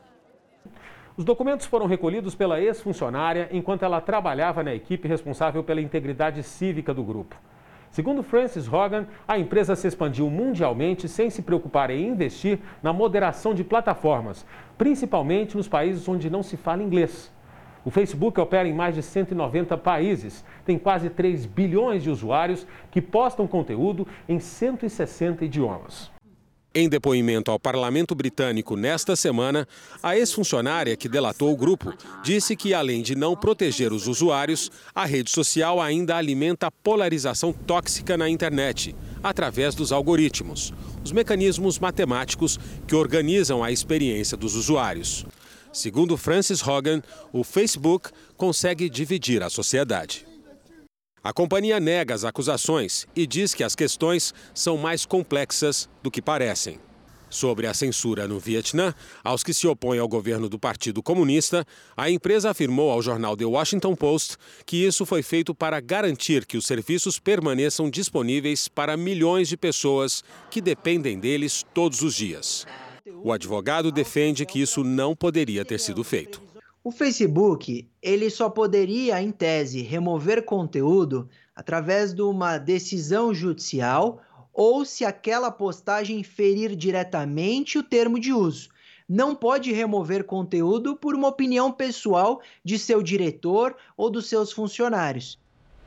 Os documentos foram recolhidos pela ex-funcionária enquanto ela trabalhava na equipe responsável pela integridade cívica do grupo. Segundo Frances Hogan, a empresa se expandiu mundialmente sem se preocupar em investir na moderação de plataformas, principalmente nos países onde não se fala inglês. O Facebook opera em mais de cento e noventa países, tem quase três bilhões de usuários que postam conteúdo em cento e sessenta idiomas. Em depoimento ao parlamento britânico nesta semana, a ex-funcionária que delatou o grupo disse que, além de não proteger os usuários, a rede social ainda alimenta a polarização tóxica na internet, através dos algoritmos, os mecanismos matemáticos que organizam a experiência dos usuários. Segundo Frances Hogan, o Facebook consegue dividir a sociedade. A companhia nega as acusações e diz que as questões são mais complexas do que parecem. Sobre a censura no Vietnã, aos que se opõem ao governo do Partido Comunista, a empresa afirmou ao jornal The Washington Post que isso foi feito para garantir que os serviços permaneçam disponíveis para milhões de pessoas que dependem deles todos os dias. O advogado defende que isso não poderia ter sido feito. O Facebook, ele só poderia, em tese, remover conteúdo através de uma decisão judicial ou se aquela postagem ferir diretamente o termo de uso. Não pode remover conteúdo por uma opinião pessoal de seu diretor ou dos seus funcionários.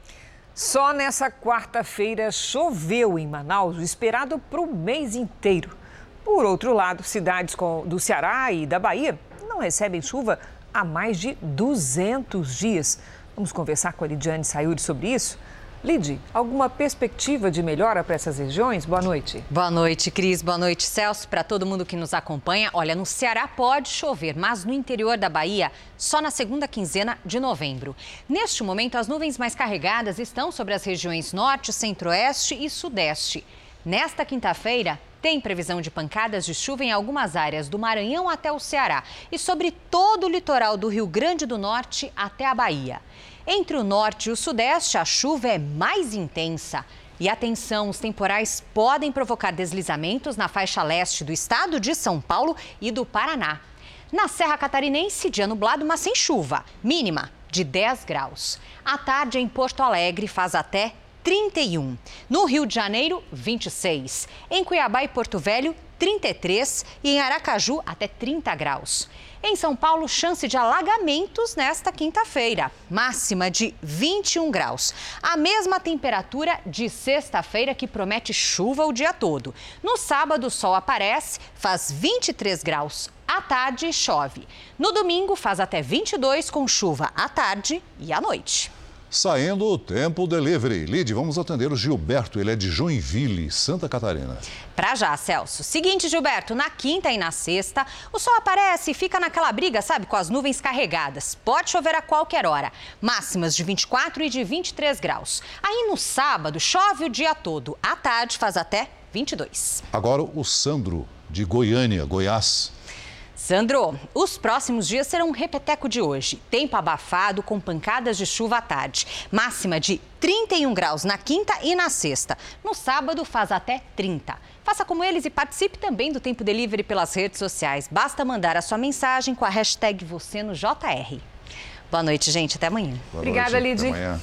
Só nessa quarta-feira choveu em Manaus, o esperado para o mês inteiro. Por outro lado, cidades do Ceará e da Bahia não recebem chuva há mais de duzentos dias. Vamos conversar com a Lidiane Sayuri sobre isso. Lidi, alguma perspectiva de melhora para essas regiões? Boa noite. Boa noite, Cris. Boa noite, Celso. Para todo mundo que nos acompanha, olha, no Ceará pode chover, mas no interior da Bahia, só na segunda quinzena de novembro. Neste momento, as nuvens mais carregadas estão sobre as regiões norte, centro-oeste e sudeste. Nesta quinta-feira, tem previsão de pancadas de chuva em algumas áreas do Maranhão até o Ceará e sobre todo o litoral do Rio Grande do Norte até a Bahia. Entre o norte e o sudeste, a chuva é mais intensa. E atenção, os temporais podem provocar deslizamentos na faixa leste do estado de São Paulo e do Paraná. Na Serra Catarinense, dia nublado, mas sem chuva. Mínima de dez graus. À tarde, em Porto Alegre, faz até trinta e um. No Rio de Janeiro, vinte e seis. Em Cuiabá e Porto Velho, trinta e três. E em Aracaju, até trinta graus. Em São Paulo, chance de alagamentos nesta quinta-feira. Máxima de vinte e um graus. A mesma temperatura de sexta-feira, que promete chuva o dia todo. No sábado, o sol aparece, faz vinte e três graus. À tarde, chove. No domingo, faz até vinte e dois, com chuva à tarde e à noite. Saindo o Tempo Delivery. Lide, vamos atender o Gilberto, ele é de Joinville, Santa Catarina. Pra já, Celso. Seguinte, Gilberto, na quinta e na sexta, o sol aparece e fica naquela briga, sabe, com as nuvens carregadas. Pode chover a qualquer hora. Máximas de vinte e quatro e de vinte e três graus. Aí no sábado, chove o dia todo. À tarde, faz até vinte e dois. Agora o Sandro, de Goiânia, Goiás. Sandro, os próximos dias serão um repeteco de hoje. Tempo abafado com pancadas de chuva à tarde. Máxima de trinta e um graus na quinta e na sexta. No sábado faz até trinta. Faça como eles e participe também do Tempo Delivery pelas redes sociais. Basta mandar a sua mensagem com a hashtag você no J R. Boa noite, gente. Até amanhã. Boa Obrigada, noite. Lidy. Até amanhã.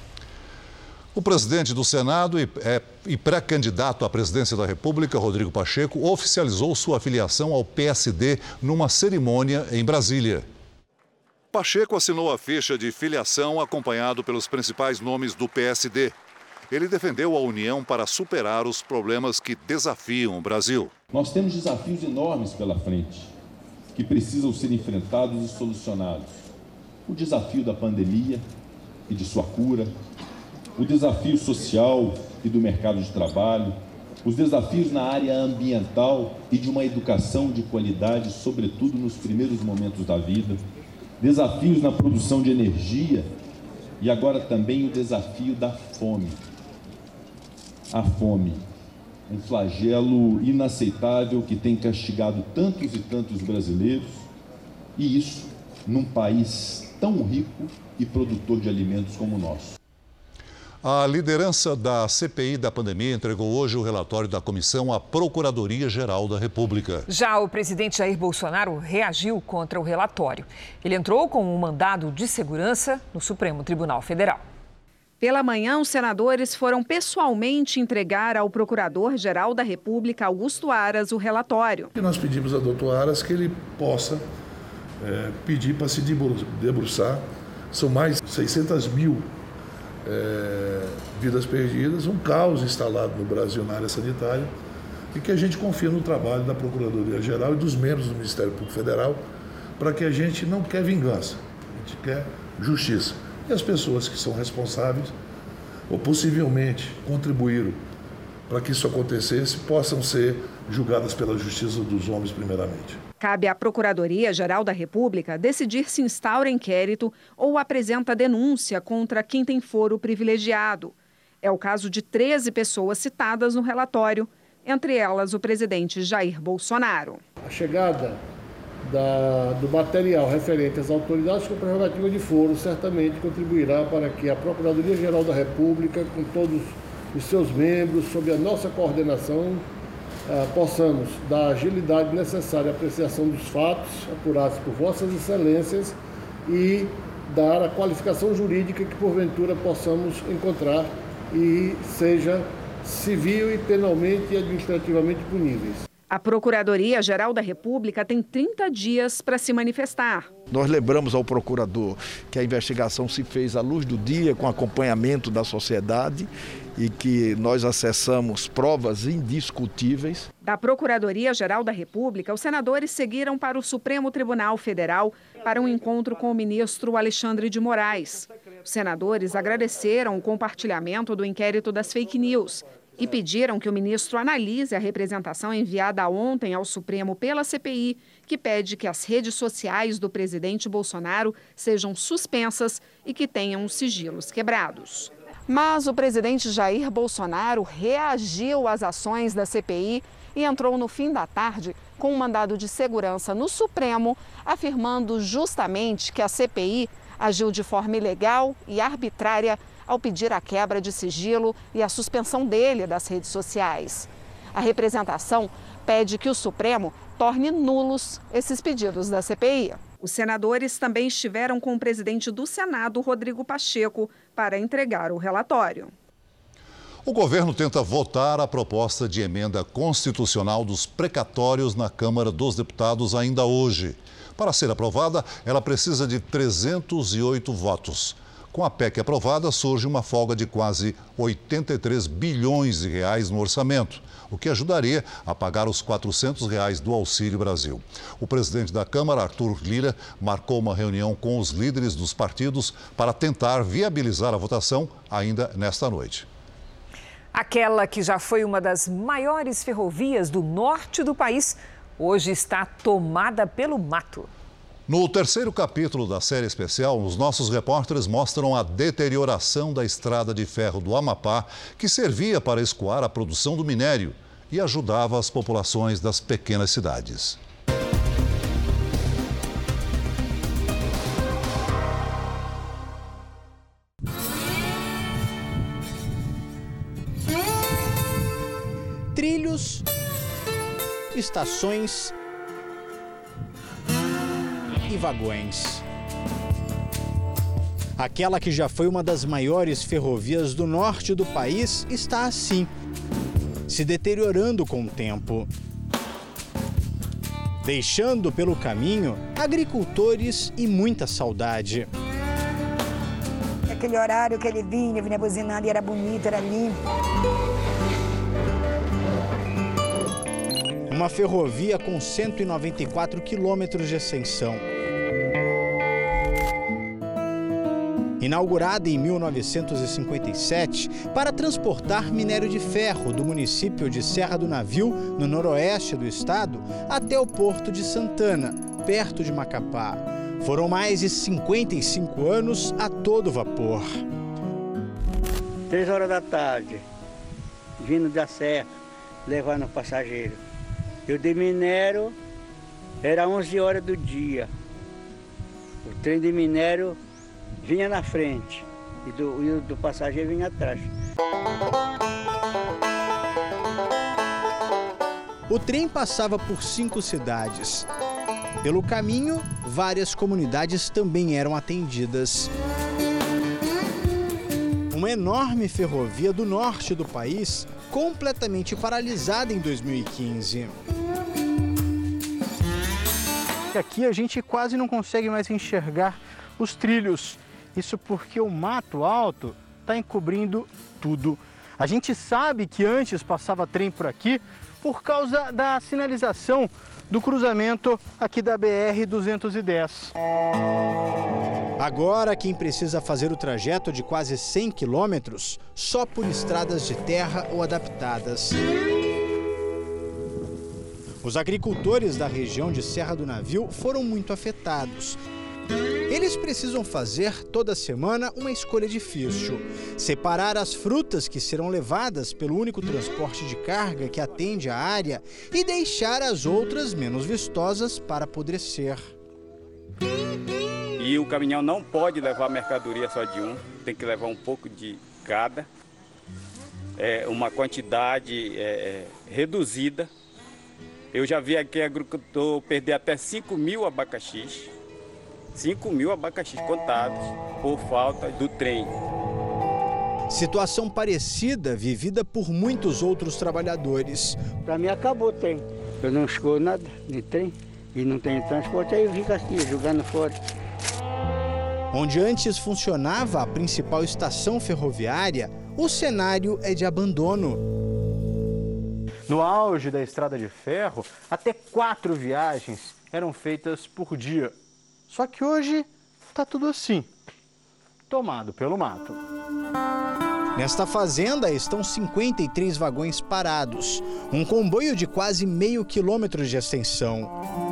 O presidente do Senado e, é, e pré-candidato à presidência da República, Rodrigo Pacheco, oficializou sua filiação ao P S D numa cerimônia em Brasília. Pacheco assinou a ficha de filiação acompanhado pelos principais nomes do P S D. Ele defendeu a união para superar os problemas que desafiam o Brasil. Nós temos desafios enormes pela frente, que precisam ser enfrentados e solucionados. O desafio da pandemia e de sua cura, o desafio social e do mercado de trabalho, os desafios na área ambiental e de uma educação de qualidade, sobretudo nos primeiros momentos da vida, desafios na produção de energia e agora também o desafio da fome. A fome, um flagelo inaceitável que tem castigado tantos e tantos brasileiros, e isso num país tão rico e produtor de alimentos como o nosso. A liderança da C P I da pandemia entregou hoje o relatório da comissão à Procuradoria-Geral da República. Já o presidente Jair Bolsonaro reagiu contra o relatório. Ele entrou com um mandado de segurança no Supremo Tribunal Federal. Pela manhã, os senadores foram pessoalmente entregar ao Procurador-Geral da República, Augusto Aras, o relatório. E nós pedimos ao doutor Aras que ele possa é, pedir para se debruçar. São mais de seiscentas mil É, vidas perdidas, um caos instalado no Brasil na área sanitária e que a gente confia no trabalho da Procuradoria-Geral e dos membros do Ministério Público Federal para que a gente não quer vingança, a gente quer justiça. E as pessoas que são responsáveis ou possivelmente contribuíram para que isso acontecesse possam ser julgadas pela justiça dos homens primeiramente. Cabe à Procuradoria-Geral da República decidir se instaura inquérito ou apresenta denúncia contra quem tem foro privilegiado. É o caso de treze pessoas citadas no relatório, entre elas o presidente Jair Bolsonaro. A chegada da, do material referente às autoridades com prerrogativa de foro certamente contribuirá para que a Procuradoria-Geral da República, com todos os seus membros, sob a nossa coordenação, Uh, possamos dar a agilidade necessária à apreciação dos fatos apurados por vossas excelências e dar a qualificação jurídica que porventura possamos encontrar e seja civil e penalmente e administrativamente puníveis. A Procuradoria-Geral da República tem trinta dias para se manifestar. Nós lembramos ao procurador que a investigação se fez à luz do dia, com acompanhamento da sociedade e que nós acessamos provas indiscutíveis. Da Procuradoria-Geral da República, os senadores seguiram para o Supremo Tribunal Federal para um encontro com o ministro Alexandre de Moraes. Os senadores agradeceram o compartilhamento do inquérito das fake news e pediram que o ministro analise a representação enviada ontem ao Supremo pela C P I, que pede que as redes sociais do presidente Bolsonaro sejam suspensas e que tenham os sigilos quebrados. Mas o presidente Jair Bolsonaro reagiu às ações da C P I e entrou no fim da tarde com um mandado de segurança no Supremo, afirmando justamente que a C P I agiu de forma ilegal e arbitrária ao pedir a quebra de sigilo e a suspensão dele das redes sociais. A representação pede que o Supremo torne nulos esses pedidos da C P I. Os senadores também estiveram com o presidente do Senado, Rodrigo Pacheco, para entregar o relatório. O governo tenta votar a proposta de emenda constitucional dos precatórios na Câmara dos Deputados ainda hoje. Para ser aprovada, ela precisa de trezentos e oito votos. Com a P E C aprovada, surge uma folga de quase oitenta e três bilhões de reais no orçamento, o que ajudaria a pagar os quatrocentos reais do Auxílio Brasil. O presidente da Câmara, Arthur Lira, marcou uma reunião com os líderes dos partidos para tentar viabilizar a votação ainda nesta noite. Aquela que já foi uma das maiores ferrovias do norte do país, hoje está tomada pelo mato. No terceiro capítulo da série especial, os nossos repórteres mostram a deterioração da estrada de ferro do Amapá, que servia para escoar a produção do minério e ajudava as populações das pequenas cidades. estações e vagões. Aquela que já foi uma das maiores ferrovias do norte do país está assim, se deteriorando com o tempo, deixando pelo caminho agricultores e muita saudade. Aquele horário que ele vinha, vinha buzinando e era bonito, era limpo. Uma ferrovia com cento e noventa e quatro quilômetros de extensão. Inaugurada em mil novecentos e cinquenta e sete para transportar minério de ferro do município de Serra do Navio, no noroeste do estado, até o porto de Santana, perto de Macapá. Foram mais de cinquenta e cinco anos a todo vapor. Três horas da tarde, vindo da Serra, levando passageiro. E o de minério era onze horas do dia. O trem de minério vinha na frente e, do, e o do passageiro vinha atrás. O trem passava por cinco cidades. Pelo caminho, várias comunidades também eram atendidas. Uma enorme ferrovia do norte do país, completamente paralisada em dois mil e quinze. Aqui a gente quase não consegue mais enxergar os trilhos. Isso porque o mato alto está encobrindo tudo. A gente sabe que antes passava trem por aqui por causa da sinalização do cruzamento aqui da B R duzentos e dez. Agora, quem precisa fazer o trajeto de quase cem quilômetros só por estradas de terra ou adaptadas. Os agricultores da região de Serra do Navio foram muito afetados. Eles precisam fazer toda semana uma escolha difícil: separar as frutas que serão levadas pelo único transporte de carga que atende a área e deixar as outras menos vistosas para apodrecer. E o caminhão não pode levar mercadoria só de um, tem que levar um pouco de cada, é, uma quantidade é, reduzida. Eu já vi aqui agricultor perder até cinco mil abacaxis. cinco mil abacaxis contados por falta do trem. Situação parecida vivida por muitos outros trabalhadores. Para mim acabou o trem. Eu não escolho nada de trem e não tenho transporte, aí eu fico assim, jogando fora. Onde antes funcionava a principal estação ferroviária, o cenário é de abandono. No auge da estrada de ferro, até quatro viagens eram feitas por dia. Só que hoje está tudo assim, tomado pelo mato. Nesta fazenda estão cinquenta e três vagões parados, um comboio de quase meio quilômetro de extensão.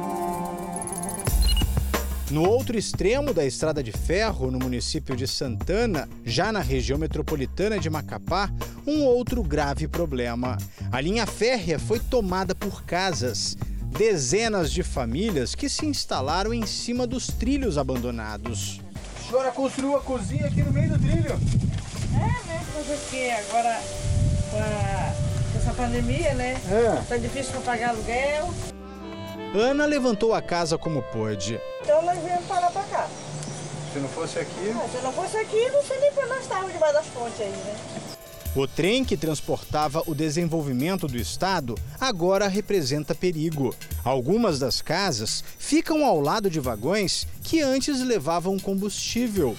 No outro extremo da estrada de ferro, no município de Santana, já na região metropolitana de Macapá, um outro grave problema. A linha férrea foi tomada por casas. Dezenas de famílias que se instalaram em cima dos trilhos abandonados. A senhora construiu a cozinha aqui no meio do trilho? É, né? Fazer o quê? Agora, com essa pandemia, né? É. Tá difícil para pagar aluguel. Ana levantou a casa como pôde. Então nós viemos parar para cá. Se não fosse aqui... Ah, se não fosse aqui, não sei nem para nós estarmos debaixo das pontes aí, né? O trem que transportava o desenvolvimento do estado agora representa perigo. Algumas das casas ficam ao lado de vagões que antes levavam combustível.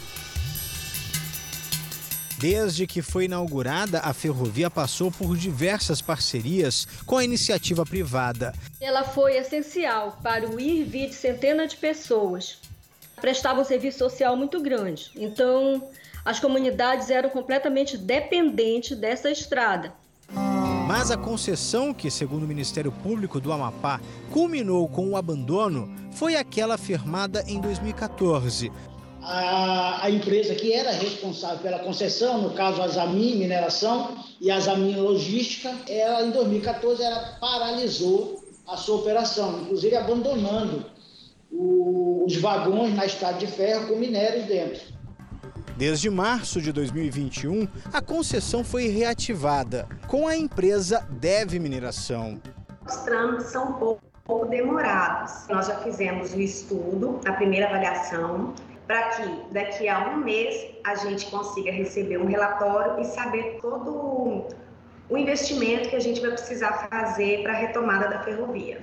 Desde que foi inaugurada, a ferrovia passou por diversas parcerias com a iniciativa privada. Ela foi essencial para o ir e vir de centenas de pessoas. Prestava um serviço social muito grande. Então, as comunidades eram completamente dependentes dessa estrada. Mas a concessão que, segundo o Ministério Público do Amapá, culminou com o abandono foi aquela firmada em dois mil e quatorze. A, a empresa que era responsável pela concessão, no caso a Zamin Mineração e a Zamin Logística, ela em dois mil e quatorze ela paralisou a sua operação, inclusive abandonando o, os vagões na estrada de ferro com minérios dentro. Desde março de dois mil e vinte e um, a concessão foi reativada com a empresa Dev Mineração. Os trâmites são um pouco, um pouco demorados. Nós já fizemos o estudo, a primeira avaliação, para que daqui a um mês a gente consiga receber um relatório e saber todo o investimento que a gente vai precisar fazer para a retomada da ferrovia.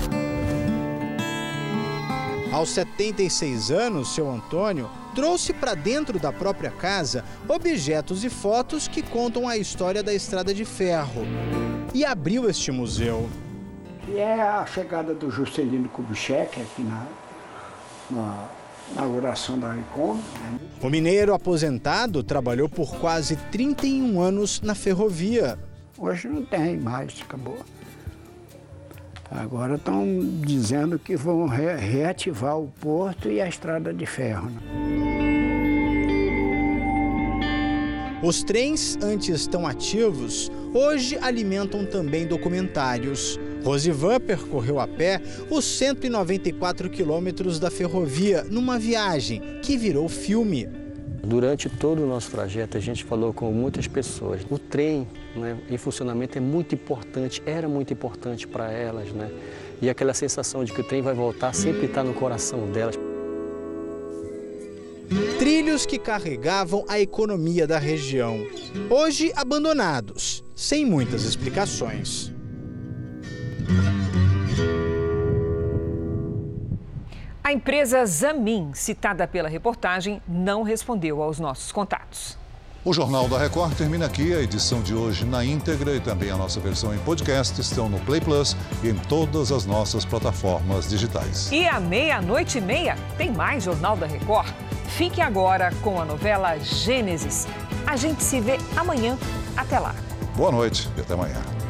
Aos setenta e seis anos, seu Antônio trouxe para dentro da própria casa objetos e fotos que contam a história da Estrada de Ferro e abriu este museu. E é a chegada do Juscelino Kubitschek aqui na, na inauguração da Icom. Né? O mineiro aposentado trabalhou por quase trinta e um anos na ferrovia. Hoje não tem mais, acabou. Agora estão dizendo que vão re reativar o porto e a estrada de ferro. Né? Os trens, antes tão ativos, hoje alimentam também documentários. Rosivan percorreu a pé os cento e noventa e quatro quilômetros da ferrovia numa viagem que virou filme. Durante todo o nosso trajeto, a gente falou com muitas pessoas. O trem, né, em funcionamento é muito importante, era muito importante para elas, né? E aquela sensação de que o trem vai voltar sempre está no coração delas. Trilhos que carregavam a economia da região, hoje abandonados, sem muitas explicações. A empresa Zamin, citada pela reportagem, não respondeu aos nossos contatos. O Jornal da Record termina aqui. A edição de hoje na íntegra e também a nossa versão em podcast estão no Play Plus e em todas as nossas plataformas digitais. E à meia-noite e meia tem mais Jornal da Record. Fique agora com a novela Gênesis. A gente se vê amanhã. Até lá. Boa noite e até amanhã.